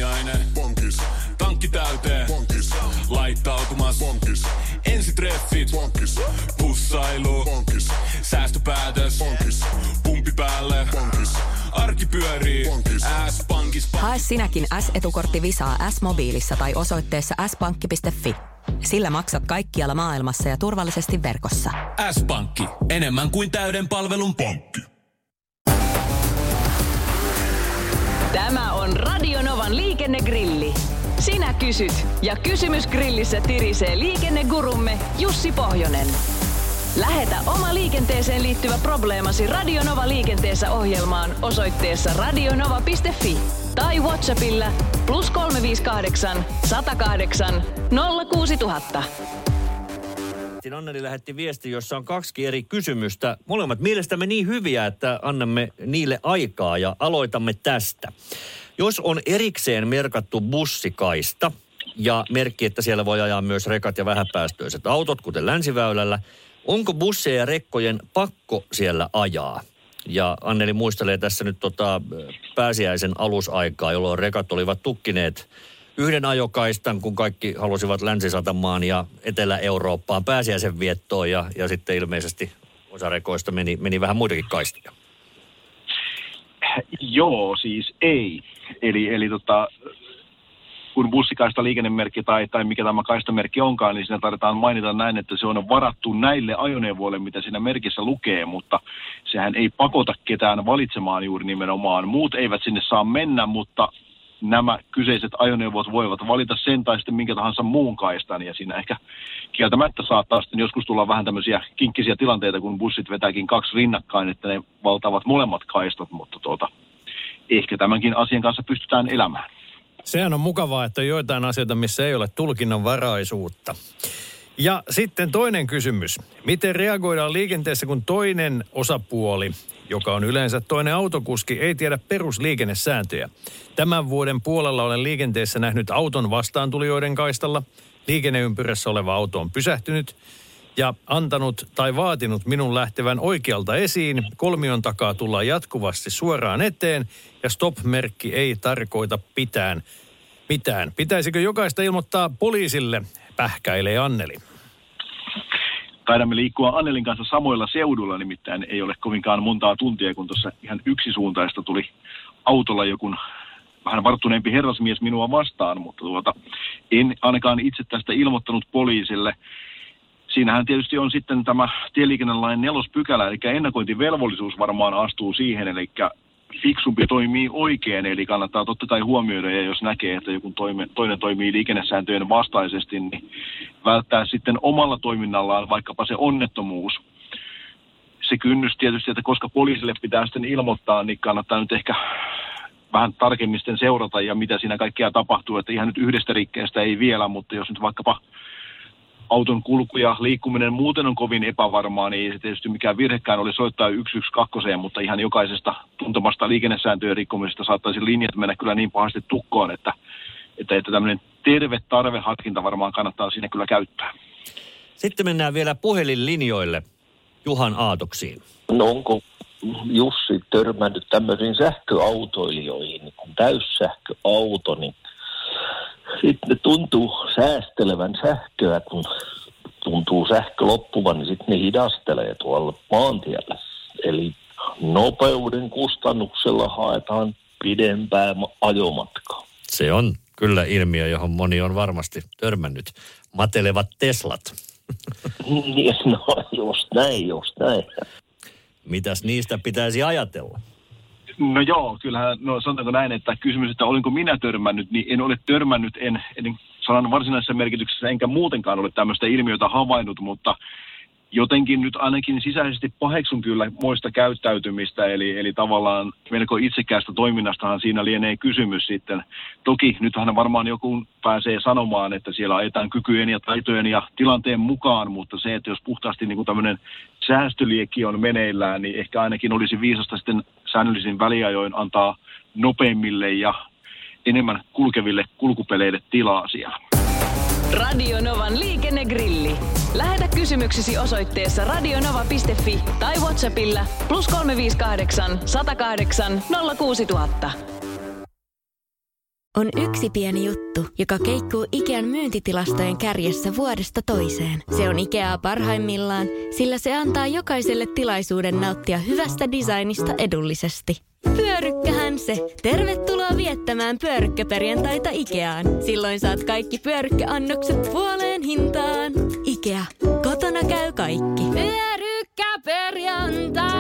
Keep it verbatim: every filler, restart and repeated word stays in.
aamiainen. Bonkis. Tankki täyteen. Bonkis. Laittautumas. Bonkis. Ensitreffit. Bonkis. Pussailu. Bonkis. Säästöpäätös. Bonkis. Pumpi päälle. Bonkis. Arki pyörii. Bonkis. S-pankis. Hae sinäkin S-etukortti Visaa S-mobiilissa tai osoitteessa s pankki piste fi. Sillä maksat kaikkialla maailmassa ja turvallisesti verkossa. S-pankki. Enemmän kuin täyden palvelun pankki. Tämä on Radio Novan liikennegrilli. Sinä kysyt ja kysymys grillissä tirisee liikennegurumme Jussi Pohjonen. Lähetä oma liikenteeseen liittyvä probleemasi Radio Nova liikenteessä ohjelmaan osoitteessa radionova piste fi tai WhatsAppilla plus kolme viisi kahdeksan, sata kahdeksan, nolla kuusi nolla nolla nolla. Anneli lähetti viesti, jossa on kaksi eri kysymystä. Molemmat mielestämme niin hyviä, että annamme niille aikaa ja aloitamme tästä. Jos on erikseen merkattu bussikaista ja merkki, että siellä voi ajaa myös rekat ja vähäpäästöiset autot, kuten Länsiväylällä, onko busseja ja rekkojen pakko siellä ajaa? Ja Anneli muistelee tässä nyt tota pääsiäisen alusaikaa, jolloin rekat olivat tukkineet yhden ajokaistan, kun kaikki halusivat Länsisatamaan ja Etelä-Eurooppaan pääsiäisen viettoon ja, ja sitten ilmeisesti osa rekoista meni, meni vähän muitakin kaistoja. Joo, siis ei. Eli, eli tota, kun bussikaista liikennemerkki tai, tai mikä tämä kaistamerkki onkaan, niin siinä tarvitaan mainita näin, että se on varattu näille ajoneuvoille, mitä siinä merkissä lukee, mutta sehän ei pakota ketään valitsemaan juuri nimenomaan. Muut eivät sinne saa mennä, mutta nämä kyseiset ajoneuvot voivat valita sen tai sitten minkä tahansa muun kaistan, ja siinä ehkä kieltämättä saattaa sitten joskus tulla vähän tämmöisiä kinkkisiä tilanteita, kun bussit vetääkin kaksi rinnakkain, että ne valtaavat molemmat kaistat, mutta tuota, ehkä tämänkin asian kanssa pystytään elämään. Sehän on mukavaa, että on joitain asioita, missä ei ole tulkinnanvaraisuutta. Ja sitten toinen kysymys. Miten reagoidaan liikenteessä, kun toinen osapuoli, joka on yleensä toinen autokuski, ei tiedä perusliikennesääntöjä? Tämän vuoden puolella olen liikenteessä nähnyt auton vastaantulijoiden kaistalla. Liikenneympyrässä oleva auto on pysähtynyt ja antanut tai vaatinut minun lähtevän oikealta esiin. Kolmion takaa tullaan jatkuvasti suoraan eteen ja stop-merkki ei tarkoita pitään mitään. Pitäisikö jokaista ilmoittaa poliisille? Pähkäilee Anneli. Taidamme liikkua Annelin kanssa samoilla seudulla, nimittäin ei ole kovinkaan montaa tuntia, kun tuossa ihan yksisuuntaista tuli autolla joku vähän varttuneempi herrasmies minua vastaan, mutta tuota, en ainakaan itse tästä ilmoittanut poliisille. Siinähän tietysti on sitten tämä tieliikennelain nelospykälä, eli ennakointivelvollisuus varmaan astuu siihen, eli fiksumpi toimii oikein, eli kannattaa totta kai huomioida, ja jos näkee, että joku toime, toinen toimii liikennesääntöjen vastaisesti, niin välttää sitten omalla toiminnallaan vaikkapa se onnettomuus. Se kynnys tietysti, että koska poliisille pitää sitten ilmoittaa, niin kannattaa nyt ehkä vähän tarkemmin sitten seurata, ja mitä siinä kaikkea tapahtuu, että ihan nyt yhdestä rikkeestä ei vielä, mutta jos nyt vaikkapa auton kulku ja liikkuminen muuten on kovin epävarmaa, niin ei se tietysti mikään virhekään oli soittaa yksi yksi kaksi, mutta ihan jokaisesta tuntemasta liikennesääntöjen rikkomisesta saattaisi linjat mennä kyllä niin pahasti tukkoon, että, että, että tämmöinen terve tarveharkinta varmaan kannattaa siinä kyllä käyttää. Sitten mennään vielä puhelinlinjoille Juhan Aatoksiin. No onko Jussi törmännyt tämmöisiin sähköautoilijoihin, kun täyssähköauto, niin sitten ne tuntuu säästelevän sähköä, kun tuntuu sähkö loppuvan, niin sitten ne hidastelee tuolla maantiellä. Eli nopeuden kustannuksella haetaan pidempää ajomatkaa. Se on kyllä ilmiö, johon moni on varmasti törmännyt. Matelevat Teslat. No just näin, just näin. Mitäs niistä pitäisi ajatella? No joo, kyllähän, no sanotaanko näin, että kysymys, että olinko minä törmännyt, niin en ole törmännyt, en, en sanan varsinaisessa merkityksessä, enkä muutenkaan ole tämmöistä ilmiötä havainnut, mutta jotenkin nyt ainakin sisäisesti paheksun kyllä moista käyttäytymistä, eli, eli tavallaan melko itsekästä toiminnastahan siinä lienee kysymys sitten. Toki nythän varmaan joku pääsee sanomaan, että siellä ajetaan kykyjen ja taitojen ja tilanteen mukaan, mutta se, että jos puhtaasti niin kuin tämmöinen säästöliekki on meneillään, niin ehkä ainakin olisi viisasta sitten säännöllisin väliajoin antaa nopeimmille ja enemmän kulkeville kulkupeleille tilaa siellä. Radio Novan liikennegrilli. Lähetä kysymyksesi osoitteessa radionova piste fi tai WhatsAppilla plus kolme viisi kahdeksan, sata kahdeksan, nolla kuusi nolla nolla nolla. on yksi pieni juttu, joka keikkuu Ikean myyntitilastojen kärjessä vuodesta toiseen. Se on Ikeaa parhaimmillaan, sillä se antaa jokaiselle tilaisuuden nauttia hyvästä designista edullisesti. Pyörykkähän se. Tervetuloa viettämään pyörykkäperjantaita Ikeaan. Silloin saat kaikki pyörykkäannokset puoleen hintaan. Ikea. Kotona käy kaikki. Pyörykkäperjantai.